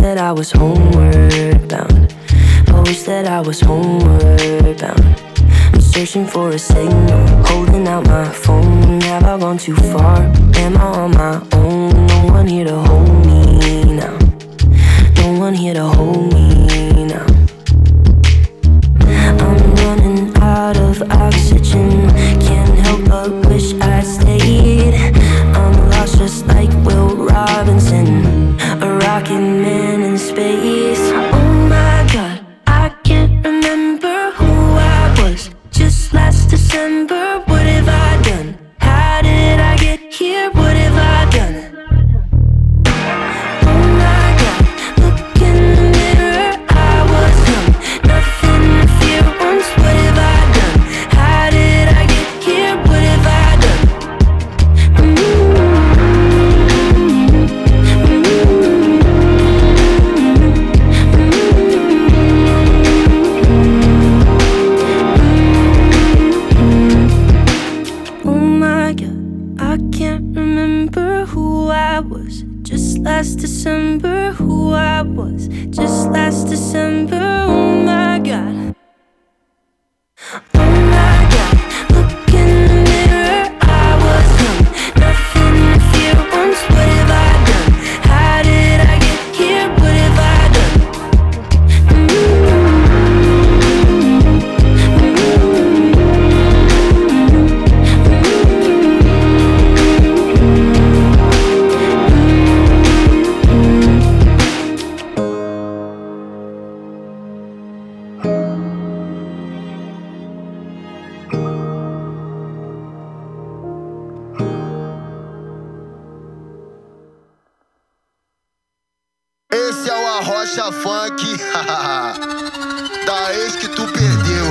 that I was homeward bound. I wish that I was homeward bound. I'm searching for a signal, holding out my phone. Have I gone too far? Am I on my own? No one here to hold me now. No one here to hold me now. I'm running out of oxygen. Can't help but wish I stayed. I'm lost just like Will Robinson, a rocket man in space. Oh my God, I can't remember who I was just last December. What have I done? How did I get here? What have I done? Oh my God, look in the mirror. I was young, nothing to fear once. What have I done? How did I get here? What have I done? Oh my God, I can't remember who I was just last December. Who I was just last December. Oh my God. Oh my God, look in the mirror. I was young, nothing to fear once. What have I done? How did I get here? What have I done? Esse é o Arrocha Funk da ex que tu perdeu.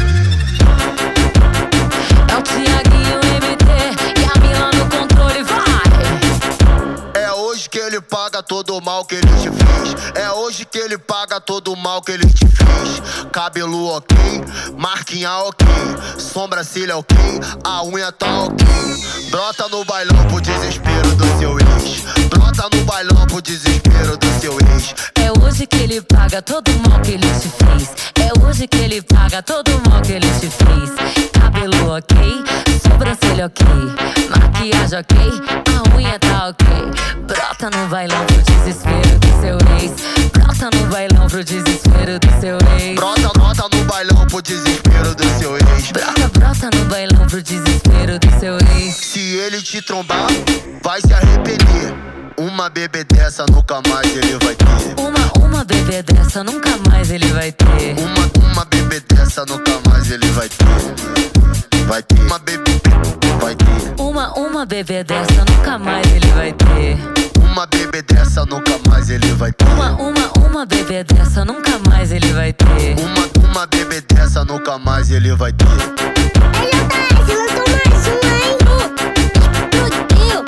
É o Thiaguinho MT e a Mila no controle, vai! É hoje que ele paga todo o mal que ele te fez. É hoje que ele paga todo o mal que ele te fez. Cabelo ok, marquinha ok, sobrancelha ok, a unha tá ok. Brota no bailão pro desespero do seu ex. Brota no bailão pro desespero do seu ex. É hoje que ele paga todo o mal que ele te fez. É hoje que ele paga todo o mal que ele te fez. Cabelo ok, sobrancelha ok, maquiagem ok, a unha tá ok. Brota no bailão pro desespero do seu ex. Brota no bailão pro desespero do seu ex. Brota no bailão pro desespero do seu ex. Brota no bailão pro desespero do seu ex. Se ele te trombar, vai se arrepender. Uma bebê dessa nunca mais ele vai ter. Uma bebê dessa nunca mais ele vai ter. Uma bebê dessa nunca mais ele vai ter. Vai ter uma bebê, vai ter. Uma bebê dessa nunca mais ele vai ter. Uma bebê dessa nunca mais ele vai ter. Uma bebê dessa nunca mais ele vai ter. Uma bebê dessa nunca mais ele vai ter. LJS lançou mais uma, hein? Explodiu!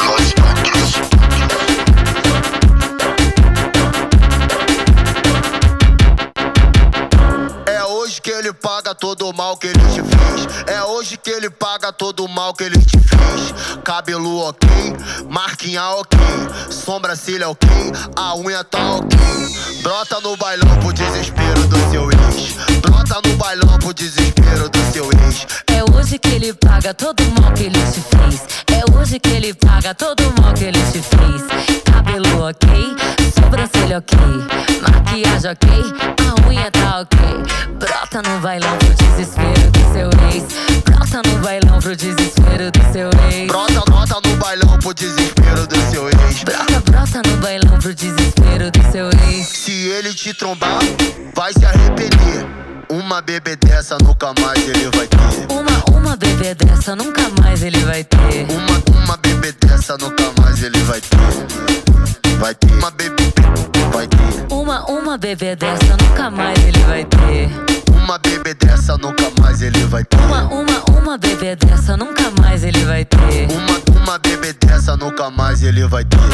É hoje que ele paga todo o mal que ele te fez. É hoje que ele paga todo o mal que ele te fez. Cabelo ok, marquinha ok, sobrancelha ok, a unha tá ok. Brota no bailão pro desespero do seu ex. Brota no bailão pro desespero do seu ex. É hoje que ele paga todo o mal que ele te fez. É hoje que ele paga todo o mal que ele te fez. Cabelo ok, sobrancelha ok, maquiagem ok, a unha tá ok. Brota no bailão pro desespero do seu ex. Brota no bailão pro desespero do seu ex. Brota no bailão pro desespero do seu ex. Brota no bailão pro desespero do seu ex. Se ele te trombar, vai se arrepender. Uma bebê dessa nunca mais ele vai ter. Uma bebê dessa nunca mais ele vai ter. Uma bebê dessa nunca mais ele vai ter. Vai ter uma bebê, vai ter. Uma bebê dessa nunca mais ele vai ter. Uma bebê dessa nunca mais ele vai ter. Uma bebê dessa nunca mais ele vai ter. Uma bebê dessa nunca mais ele vai ter.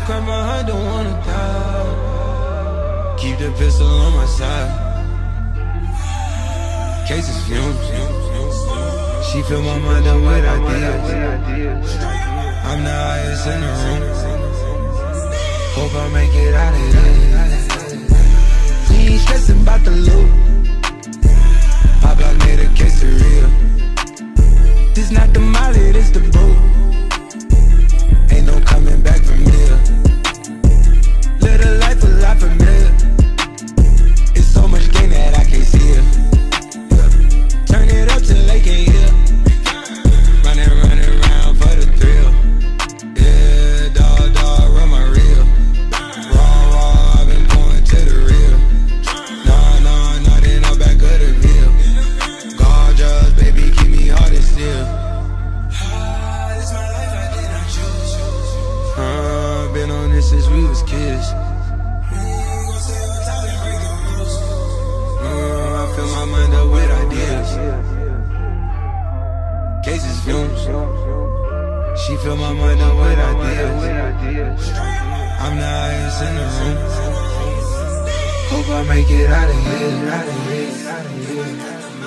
don't cry, my heart don't wanna die. Keep the pistol on my side. Cases fumes. She fill my mind up with ideas. I'm the highest in the room. Hope I make it out of here. We ain't stressing about the loot. My block made a quesadilla. This not the molly, this the boot. Ain't no coming back from here. Live a life a lot familiar. It's so much gain that I can't see it. Turn it up till they can't hear. Running around for the thrill. Yeah, dog, run my reel. Raw, I've been going to the real. Nah, they know back of the real. Gorgeous, baby, keep me hard and still. This my life, I did not choose. Been on this since we was kids. I fill my mind up with ideas. Cases fumes. She fill my mind up with ideas. I'm the highest in the room. Hope I make it out of here.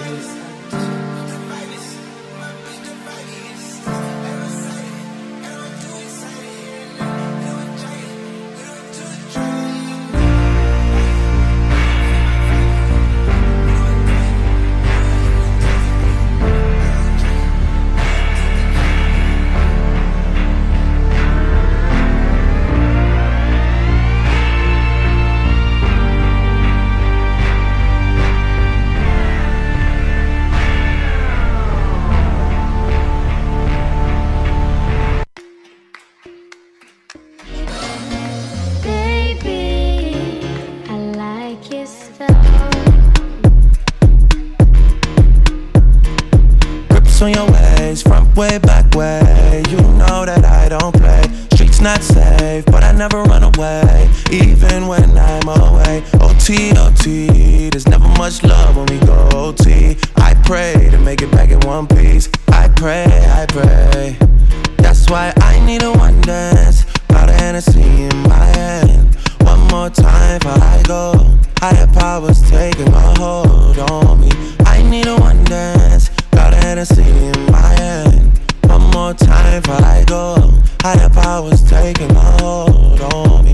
On your ways, front way, back way. You know that I don't play. Streets not safe, but I never run away, even when I'm away. OT, there's never much love when we go OT. I pray to make it back in one piece. I pray. That's why I need a one dance. Got a Hennessy in my hand. One more time before I go. Higher powers taking a hold on me. I need a one dance. Got a Hennessy in my hand. One more time before I go. Higher powers taking a hold on me.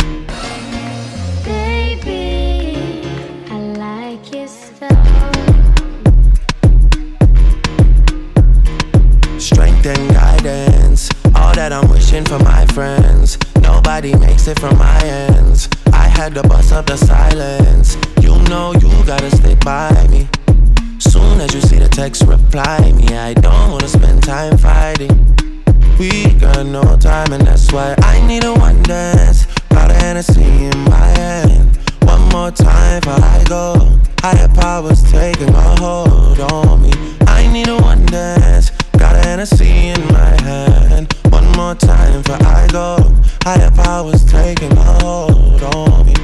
Baby, I like your style. Strength and guidance, all that I'm wishing for my friends. Nobody makes it from my ends. I had to bust up the silence. You know you gotta stick by me. Soon as you see the text, reply me. I don't wanna spend time fighting. We got no time and that's why I need a one dance. Got a Hennessy in my hand. One more time before I go. Higher powers taking a hold on me. I need a one dance. Got a Hennessy in my hand. One more time before I go. Higher powers taking a hold on me.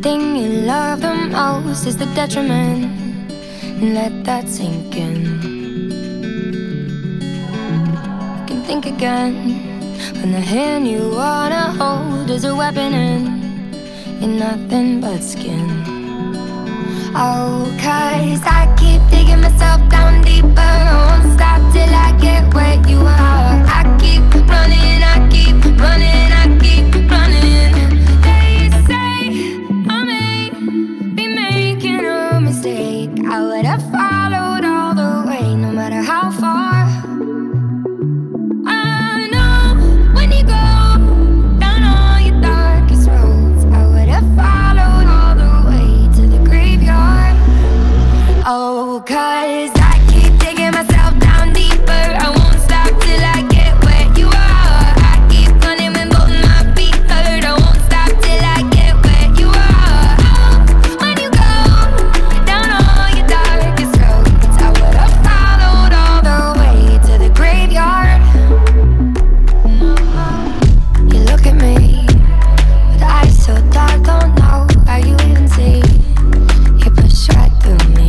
thing you love the most is the detriment. And let that sink in. You can think again when the hand you wanna hold is a weapon and you're nothing but skin. Oh, 'cause I keep digging myself down deeper. I won't stop till I get where you are. I keep running, I keep running, I keep running. They say I may be making a mistake. I would have followed all the way, no matter how far. I know when you go down all your darkest roads, I would have followed all the way to the graveyard. Oh, 'cause I keep digging myself down deeper. I won't stop till I get where you are. I keep running when both my feet hurt. I won't stop till I get where you are. Oh, when you go down all your darkest roads, I would have followed all the way to the graveyard. You look at me with eyes so dark, don't know how you even see. You push right through me.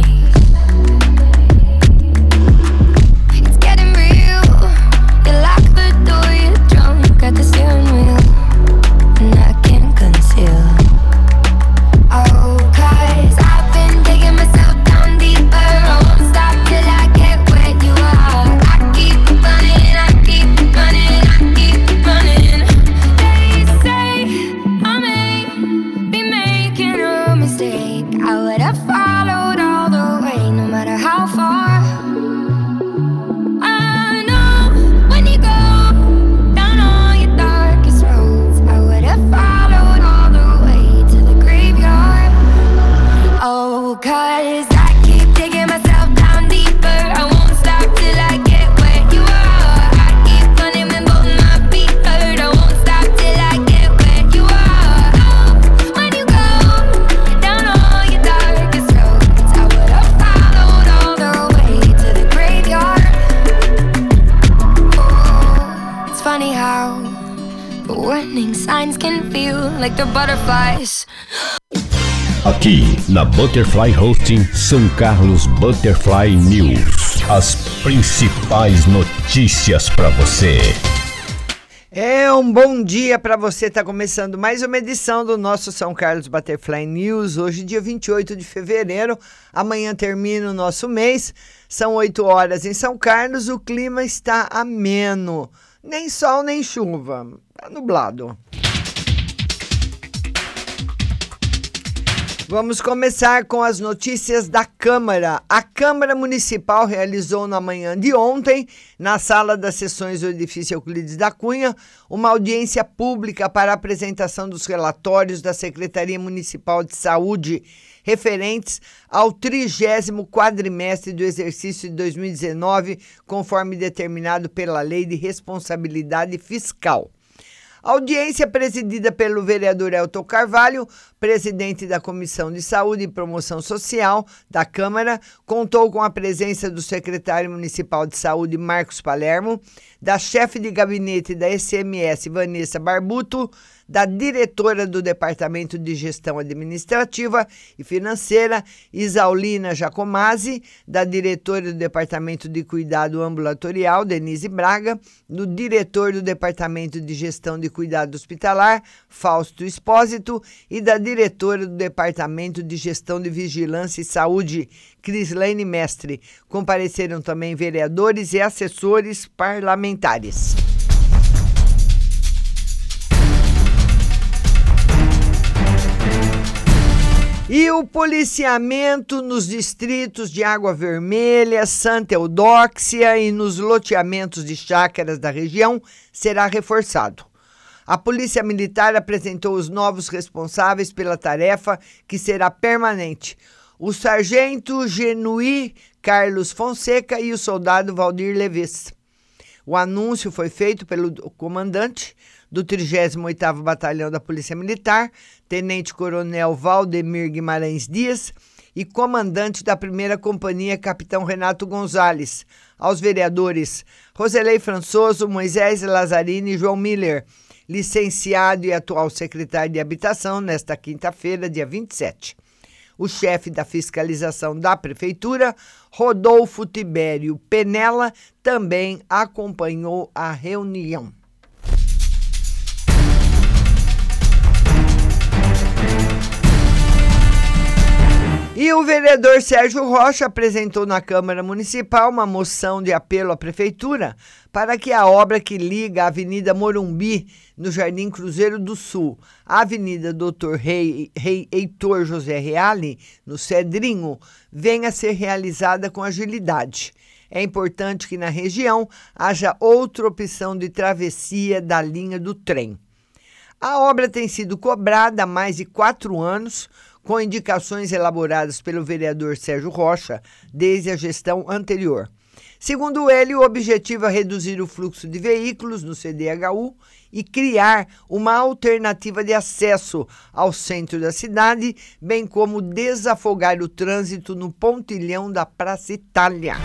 It's getting real. You lock the door, you're drunk at the steering wheel, and I can't conceal. Oh, 'cause I've been digging myself down deeper. I won't stop till I get where you are. I keep running, I keep running, I keep running. They say I may be making a mistake. I would have followed all the way, no matter how far. I know when you go down all your darkest roads, I would have followed all the way to the graveyard. Oh, 'cause I keep digging myself down deeper. I won't stop till I get where you are. I keep running when both my feet hurt. I won't stop till I get where you are. Oh, when you go down all your darkest roads, I would have followed all the way to the graveyard. Oh, it's funny how the warning signs can feel like they're butterflies. Aqui na Butterfly Hosting, São Carlos Butterfly News. As principais notícias para você. Um bom dia para você. Está começando mais uma edição do nosso São Carlos Butterfly News. Hoje, dia 28 de fevereiro. Amanhã termina o nosso mês. São 8 horas em São Carlos. O clima está ameno. Nem sol, nem chuva. Está nublado. Vamos começar com as notícias da Câmara. A Câmara Municipal realizou na manhã de ontem, na sala das sessões do edifício Euclides da Cunha, uma audiência pública para a apresentação dos relatórios da Secretaria Municipal de Saúde referentes ao 30º quadrimestre do exercício de 2019, conforme determinado pela Lei de Responsabilidade Fiscal. Audiência presidida pelo vereador Elton Carvalho, presidente da Comissão de Saúde e Promoção Social da Câmara, contou com a presença do secretário municipal de Saúde, Marcos Palermo, da chefe de gabinete da SMS, Vanessa Barbuto, da diretora do Departamento de Gestão Administrativa e Financeira, Isaulina Jacomazzi, da diretora do Departamento de Cuidado Ambulatorial, Denise Braga, do diretor do Departamento de Gestão de Cuidado Hospitalar, Fausto Espósito, e da diretora do Departamento de Gestão de Vigilância e Saúde, Crislene Mestre. Compareceram também vereadores e assessores parlamentares. E o policiamento nos distritos de Água Vermelha, Santa Eudóxia e nos loteamentos de chácaras da região será reforçado. A Polícia Militar apresentou os novos responsáveis pela tarefa, que será permanente: o sargento Genuí Carlos Fonseca e o soldado Valdir Leves. O anúncio foi feito pelo comandante do 38º Batalhão da Polícia Militar, Tenente-Coronel Valdemir Guimarães Dias, e comandante da 1ª Companhia, Capitão Renato Gonzalez, aos vereadores Roselei Françoso, Moisés Lazzarini e João Miller, licenciado e atual secretário de Habitação, nesta quinta-feira, dia 27. O chefe da fiscalização da Prefeitura, Rodolfo Tibério Penella, também acompanhou a reunião. E o vereador Sérgio Rocha apresentou na Câmara Municipal uma moção de apelo à Prefeitura para que a obra que liga a Avenida Morumbi, no Jardim Cruzeiro do Sul, à Avenida Dr. Rei Heitor José Reale, no Cedrinho, venha a ser realizada com agilidade. É importante que na região haja outra opção de travessia da linha do trem. A obra tem sido cobrada há mais de 4 anos, com indicações elaboradas pelo vereador Sérgio Rocha desde a gestão anterior. Segundo ele, o objetivo é reduzir o fluxo de veículos no CDHU e criar uma alternativa de acesso ao centro da cidade, bem como desafogar o trânsito no pontilhão da Praça Itália.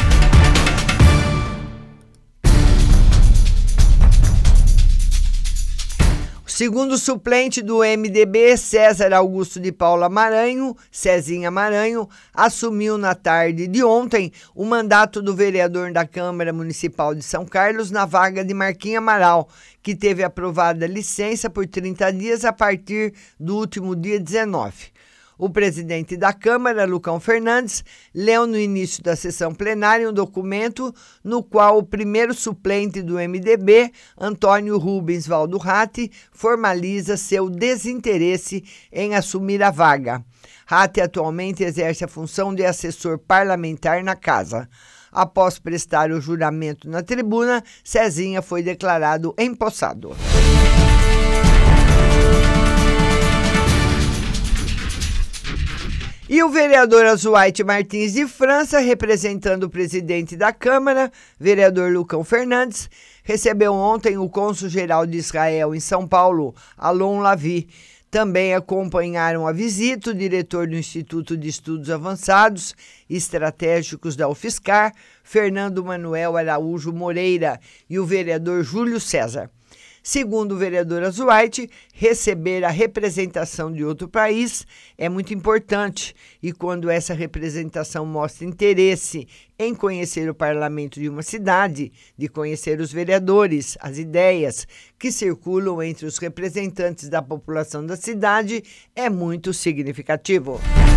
Segundo o suplente do MDB, César Augusto de Paula Maranho, Cezinha Maranho, assumiu na tarde de ontem o mandato do vereador da Câmara Municipal de São Carlos na vaga de Marquinhos Amaral, que teve aprovada licença por 30 dias a partir do último dia 19. O presidente da Câmara, Lucão Fernandes, leu no início da sessão plenária um documento no qual o primeiro suplente do MDB, Antônio Rubens Valdo Ratti, formaliza seu desinteresse em assumir a vaga. Ratti atualmente exerce a função de assessor parlamentar na casa. Após prestar o juramento na tribuna, Cezinha foi declarado empossado. E o vereador Azuaite Martins de França, representando o presidente da Câmara, vereador Lucão Fernandes, recebeu ontem o cônsul-geral de Israel em São Paulo, Alon Lavi. Também acompanharam a visita o diretor do Instituto de Estudos Avançados e Estratégicos da UFSCar, Fernando Manuel Araújo Moreira, e o vereador Júlio César. Segundo o vereador Azuaite, receber a representação de outro país é muito importante e quando essa representação mostra interesse em conhecer o parlamento de uma cidade, de conhecer os vereadores, as ideias que circulam entre os representantes da população da cidade, é muito significativo.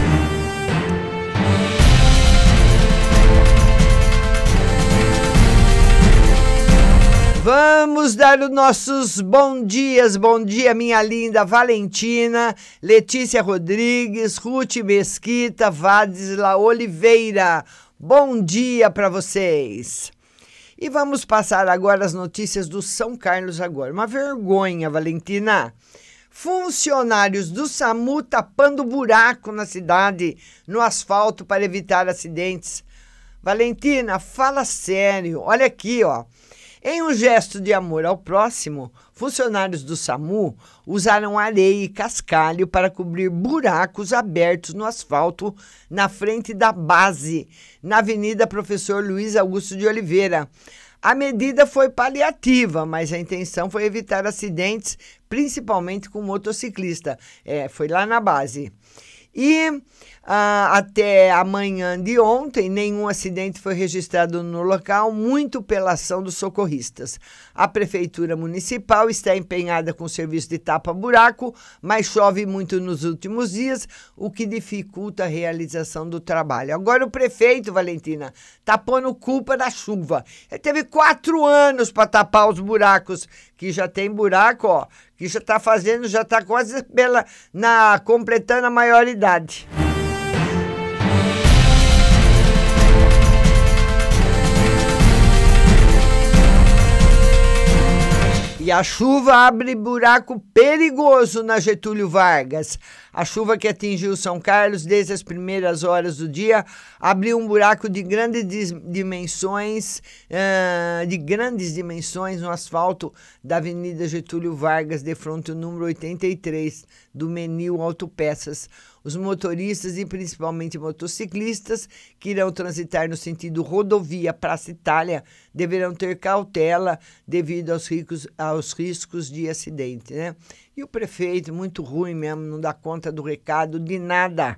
Vamos dar os nossos bom dia minha linda Valentina, Letícia Rodrigues, Ruth Mesquita, Vadisla Oliveira. Bom dia para vocês. E vamos passar agora as notícias do São Carlos agora. Uma vergonha, Valentina. Funcionários do SAMU tapando buraco na cidade, no asfalto para evitar acidentes. Valentina, fala sério. Olha aqui, ó. Em um gesto de amor ao próximo, funcionários do SAMU usaram areia e cascalho para cobrir buracos abertos no asfalto na frente da base, na Avenida Professor Luiz Augusto de Oliveira. A medida foi paliativa, mas a intenção foi evitar acidentes, principalmente com motociclista. Foi lá na base. E até a manhã de ontem, nenhum acidente foi registrado no local, muito pela ação dos socorristas. A Prefeitura Municipal está empenhada com o serviço de tapa-buraco, mas chove muito nos últimos dias, o que dificulta a realização do trabalho. Agora o prefeito, Valentina, está pondo culpa da chuva. Ele teve 4 anos para tapar os buracos, que já tem buraco, ó, que já está fazendo, já está quase completando a maioridade. E a chuva abre buraco perigoso na Getúlio Vargas. A chuva que atingiu São Carlos desde as primeiras horas do dia abriu um buraco de grandes dimensões no asfalto da Avenida Getúlio Vargas, de frente ao número 83 do Menil Autopeças. Os motoristas e principalmente motociclistas que irão transitar no sentido rodovia Praça Itália deverão ter cautela devido aos riscos de acidente, né? E o prefeito, muito ruim mesmo, não dá conta do recado de nada.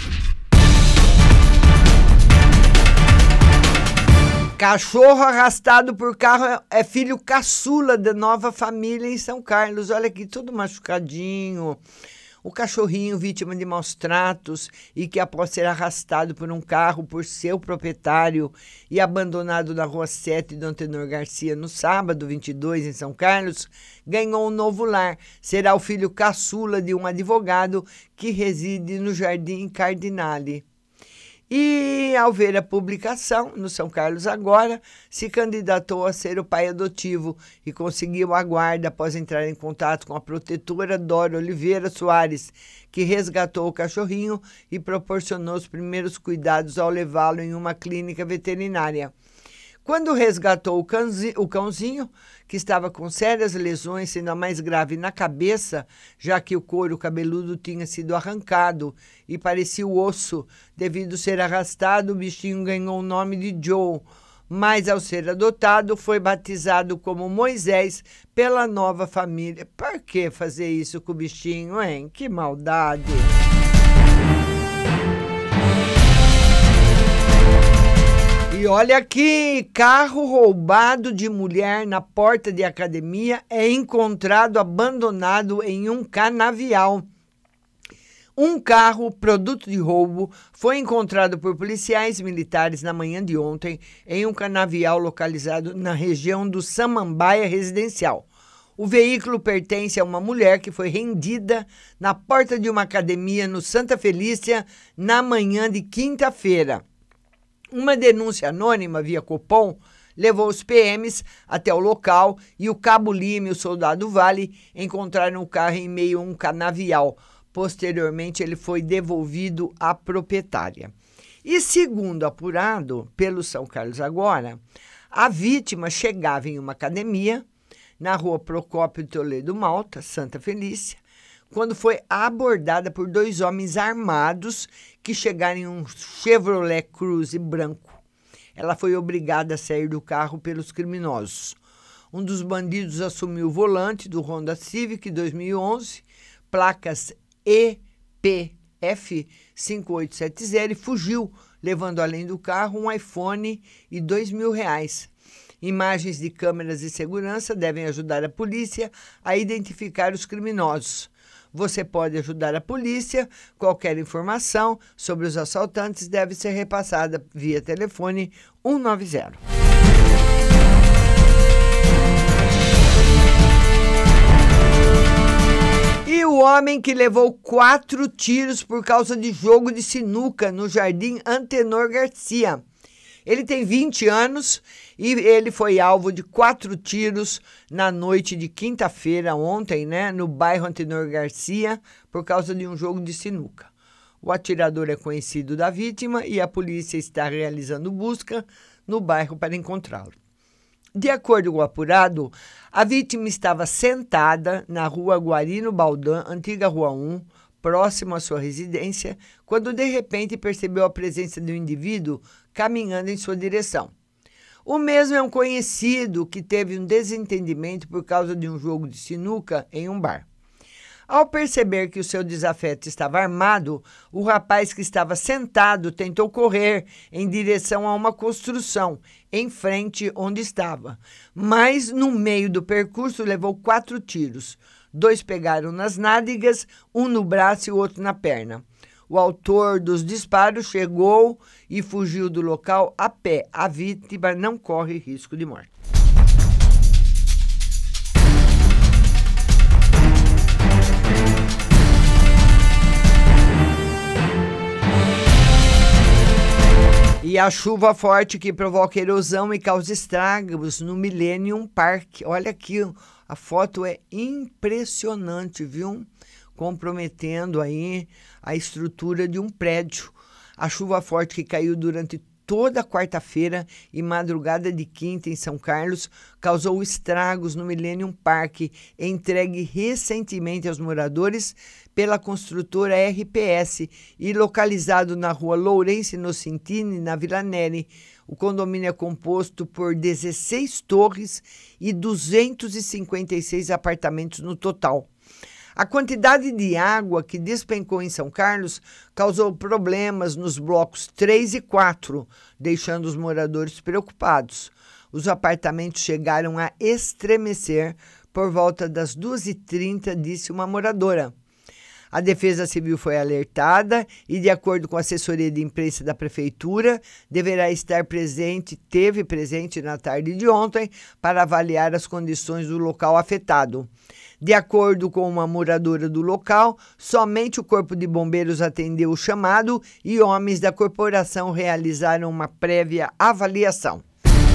Cachorro arrastado por carro é filho caçula da nova família em São Carlos. Olha aqui, todo machucadinho. O cachorrinho vítima de maus tratos e que após ser arrastado por um carro por seu proprietário e abandonado na rua 7 do Antenor Garcia no sábado 22 em São Carlos, ganhou um novo lar. Será o filho caçula de um advogado que reside no Jardim Cardinale. E, ao ver a publicação, no São Carlos Agora, se candidatou a ser o pai adotivo e conseguiu a guarda após entrar em contato com a protetora Dora Oliveira Soares, que resgatou o cachorrinho e proporcionou os primeiros cuidados ao levá-lo em uma clínica veterinária. Quando resgatou o cãozinho, que estava com sérias lesões, sendo a mais grave na cabeça, já que o couro cabeludo tinha sido arrancado e parecia o osso. Devido ser arrastado, o bichinho ganhou o nome de Joe, mas ao ser adotado foi batizado como Moisés pela nova família. Por que fazer isso com o bichinho, hein? Que maldade! E olha aqui, carro roubado de mulher na porta de academia é encontrado abandonado em um canavial. Um carro, produto de roubo, foi encontrado por policiais militares na manhã de ontem em um canavial localizado na região do Samambaia Residencial. O veículo pertence a uma mulher que foi rendida na porta de uma academia no Santa Felícia na manhã de quinta-feira. Uma denúncia anônima via Copom levou os PMs até o local e o Cabo Lima e o Soldado Vale encontraram o carro em meio a um canavial. Posteriormente, ele foi devolvido à proprietária. E segundo apurado pelo São Carlos Agora, a vítima chegava em uma academia na rua Procópio Toledo Malta, Santa Felícia, quando foi abordada por dois homens armados que chegaram em um Chevrolet Cruze branco. Ela foi obrigada a sair do carro pelos criminosos. Um dos bandidos assumiu o volante do Honda Civic 2011, placas EPF 5870, e fugiu, levando além do carro um iPhone e R$2.000. Imagens de câmeras de segurança devem ajudar a polícia a identificar os criminosos. Você pode ajudar a polícia. Qualquer informação sobre os assaltantes deve ser repassada via telefone 190. E o homem que levou 4 tiros por causa de jogo de sinuca no Jardim Antenor Garcia. Ele tem 20 anos e ele foi alvo de 4 tiros na noite de quinta-feira, ontem, né, no bairro Antenor Garcia, por causa de um jogo de sinuca. O atirador é conhecido da vítima e a polícia está realizando busca no bairro para encontrá-lo. De acordo com o apurado, a vítima estava sentada na rua Guarino Baldan, antiga Rua 1, próximo à sua residência, quando de repente percebeu a presença de um indivíduo caminhando em sua direção. O mesmo é um conhecido que teve um desentendimento por causa de um jogo de sinuca em um bar. Ao perceber que o seu desafeto estava armado, o rapaz que estava sentado tentou correr em direção a uma construção em frente onde estava, mas no meio do percurso levou 4 tiros. 2 pegaram nas nádegas, um no braço e o outro na perna. O autor dos disparos chegou e fugiu do local a pé. A vítima não corre risco de morte. E a chuva forte que provoca erosão e causa estragos no Millennium Park. Olha aqui, a foto é impressionante, viu? comprometendo aí a estrutura de um prédio. A chuva forte que caiu durante toda a quarta-feira e madrugada de quinta em São Carlos causou estragos no Millennium Park, entregue recentemente aos moradores pela construtora RPS e localizado na rua Lourenço Inocentini, na Vila Neri. O condomínio é composto por 16 torres e 256 apartamentos no total. A quantidade de água que despencou em São Carlos causou problemas nos blocos 3 e 4, deixando os moradores preocupados. Os apartamentos chegaram a estremecer por volta das 2h30, disse uma moradora. A Defesa Civil foi alertada e, de acordo com a assessoria de imprensa da Prefeitura, esteve presente na tarde de ontem para avaliar as condições do local afetado. De acordo com uma moradora do local, somente o Corpo de Bombeiros atendeu o chamado e homens da corporação realizaram uma prévia avaliação.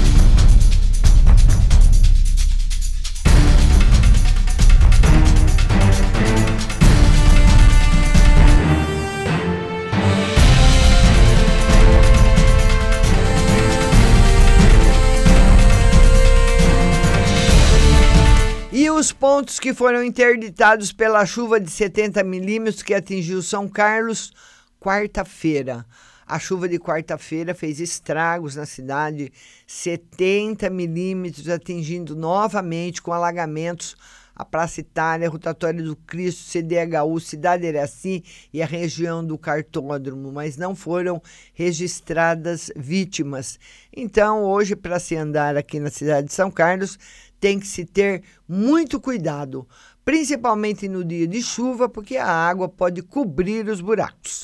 E os pontos que foram interditados pela chuva de 70 milímetros que atingiu São Carlos, quarta-feira. A chuva de quarta-feira fez estragos na cidade, 70 milímetros, atingindo novamente com alagamentos a Praça Itália, Rotatória do Cristo, CDHU, Cidade Iraci e a região do Cartódromo, mas não foram registradas vítimas. Então, hoje, para se andar aqui na cidade de São Carlos, tem que se ter muito cuidado, principalmente no dia de chuva, porque a água pode cobrir os buracos.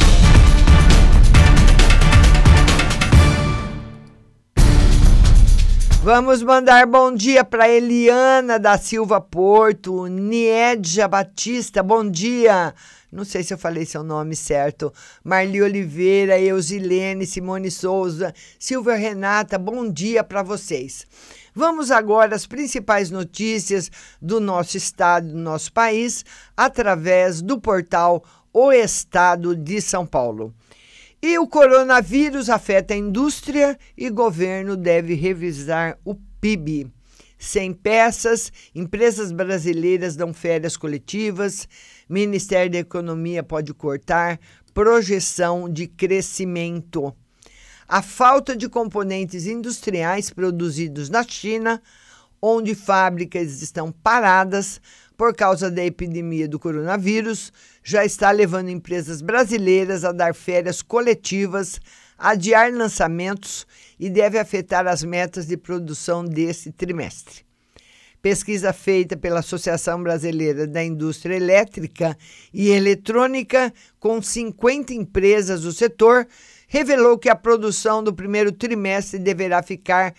Vamos mandar bom dia para Eliana da Silva Porto, Niedja Batista, bom dia. Não sei se eu falei seu nome certo. Marli Oliveira, Eusilene, Simone Souza, Silvia Renata, bom dia para vocês. Vamos agora às principais notícias do nosso estado, do nosso país, através do portal O Estado de São Paulo. E o coronavírus afeta a indústria e governo deve revisar o PIB. Sem peças, empresas brasileiras dão férias coletivas, Ministério da Economia pode cortar projeção de crescimento. A falta de componentes industriais produzidos na China, onde fábricas estão paradas por causa da epidemia do coronavírus, já está levando empresas brasileiras a dar férias coletivas, adiar lançamentos e deve afetar as metas de produção desse trimestre. Pesquisa feita pela Associação Brasileira da Indústria Elétrica e Eletrônica, com 50 empresas do setor, revelou que a produção do primeiro trimestre deverá ficar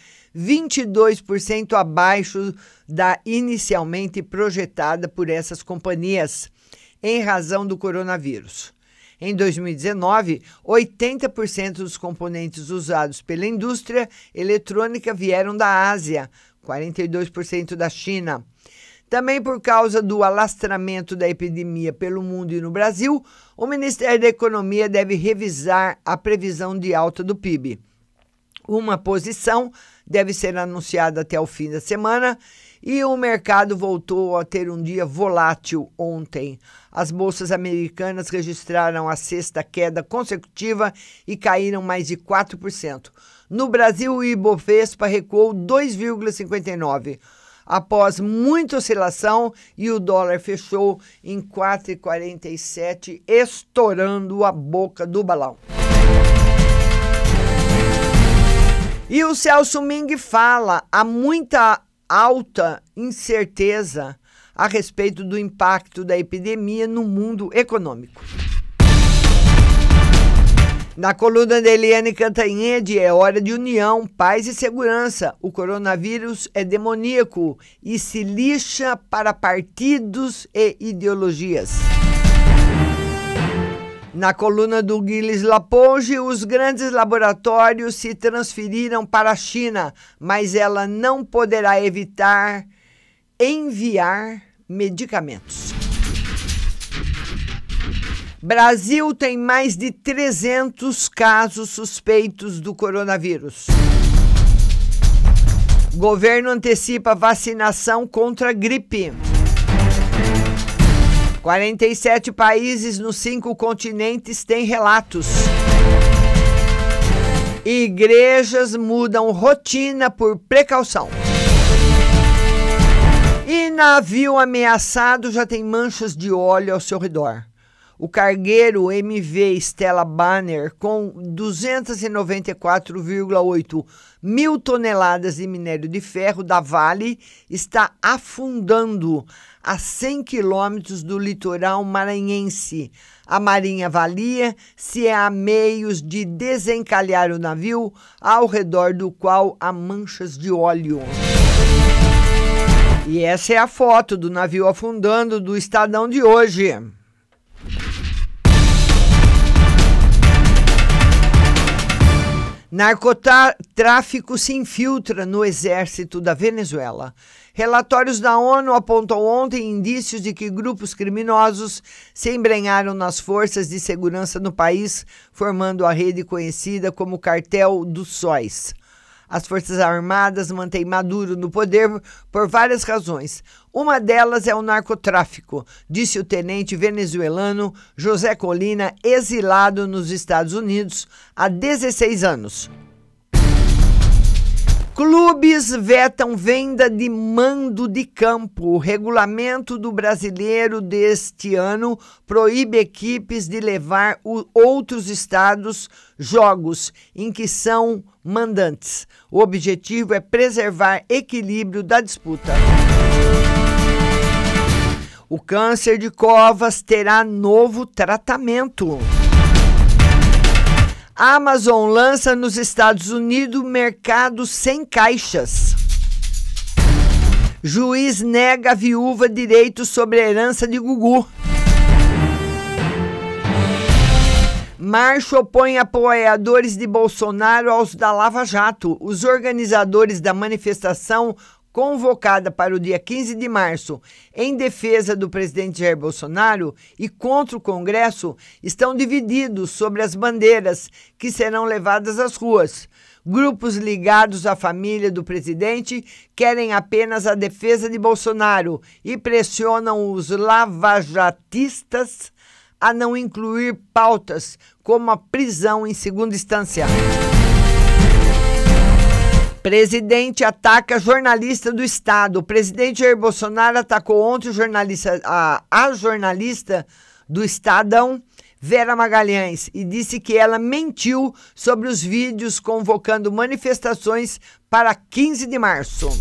22% abaixo da inicialmente projetada por essas companhias, em razão do coronavírus. Em 2019, 80% dos componentes usados pela indústria eletrônica vieram da Ásia, 42% da China. Também por causa do alastramento da epidemia pelo mundo e no Brasil, o Ministério da Economia deve revisar a previsão de alta do PIB. Uma posição deve ser anunciada até o fim da semana e o mercado voltou a ter um dia volátil ontem. As bolsas americanas registraram a sexta queda consecutiva e caíram mais de 4%. No Brasil, o Ibovespa recuou 2,59%. Após muita oscilação, e o dólar fechou em 4,47, estourando a boca do balão. E o Celso Ming fala, há muita alta incerteza a respeito do impacto da epidemia no mundo econômico. Na coluna de Eliane Cantanhede, é hora de união, paz e segurança. O coronavírus é demoníaco e se lixa para partidos e ideologias. Na coluna do Gilles Lapouge, os grandes laboratórios se transferiram para a China, mas ela não poderá evitar enviar medicamentos. Brasil tem mais de 300 casos suspeitos do coronavírus. Governo antecipa vacinação contra a gripe. 47 países nos 5 continentes têm relatos. Igrejas mudam rotina por precaução. E navio ameaçado já tem manchas de óleo ao seu redor. O cargueiro MV Stella Banner, com 294,8 mil toneladas de minério de ferro da Vale, está afundando a 100 quilômetros do litoral maranhense. A Marinha avalia se há meios de desencalhar o navio, ao redor do qual há manchas de óleo. E essa é a foto do navio afundando do Estadão de hoje. Narcotráfico se infiltra no exército da Venezuela. Relatórios da ONU apontam ontem indícios de que grupos criminosos se embrenharam nas forças de segurança no país, formando a rede conhecida como Cartel dos Sóis. As Forças Armadas mantêm Maduro no poder por várias razões. Uma delas é o narcotráfico, disse o tenente venezuelano José Colina, exilado nos Estados Unidos há 16 anos. Clubes vetam venda de mando de campo. O regulamento do Brasileiro deste ano proíbe equipes de levar outros estados jogos em que são mandantes. O objetivo é preservar equilíbrio da disputa. O câncer de covas terá novo tratamento. A Amazon lança nos Estados Unidos mercado sem caixas. Juiz nega à viúva direito sobre a herança de Gugu. Marcha opõe apoiadores de Bolsonaro aos da Lava Jato. Os organizadores da manifestação convocada para o dia 15 de março em defesa do presidente Jair Bolsonaro e contra o Congresso estão divididos sobre as bandeiras que serão levadas às ruas. Grupos ligados à família do presidente querem apenas a defesa de Bolsonaro e pressionam os lavajatistas a não incluir pautas como a prisão em segunda instância. Presidente ataca jornalista do Estado. O presidente Jair Bolsonaro atacou ontem a jornalista do Estadão, Vera Magalhães, e disse que ela mentiu sobre os vídeos convocando manifestações para 15 de março.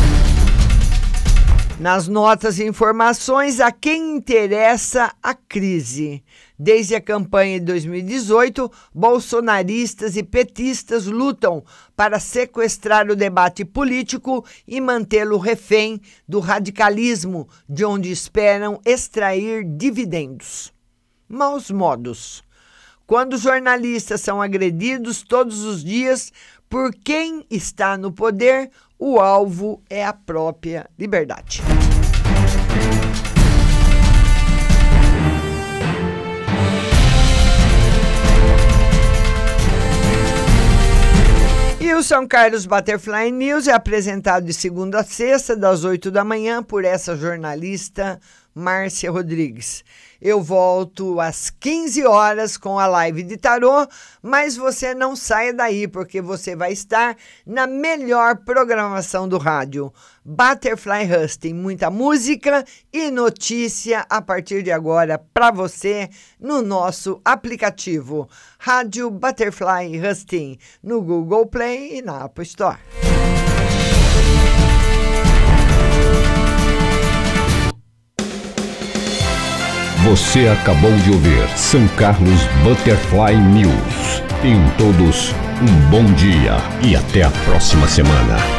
Nas notas e informações, a quem interessa a crise. Desde a campanha de 2018, bolsonaristas e petistas lutam para sequestrar o debate político e mantê-lo refém do radicalismo, de onde esperam extrair dividendos. Maus modos. Quando jornalistas são agredidos todos os dias por quem está no poder, o alvo é a própria liberdade. E o São Carlos Butterfly News é apresentado de segunda a sexta, das 8 da manhã, por essa jornalista Márcia Rodrigues. Eu volto às 15 horas com a live de tarô, mas você não saia daí, porque você vai estar na melhor programação do rádio. Butterfly Husting, muita música e notícia a partir de agora para você no nosso aplicativo Rádio Butterfly Husting, no Google Play e na Apple Store. Você acabou de ouvir São Carlos Butterfly News. Tenham todos um bom dia e até a próxima semana.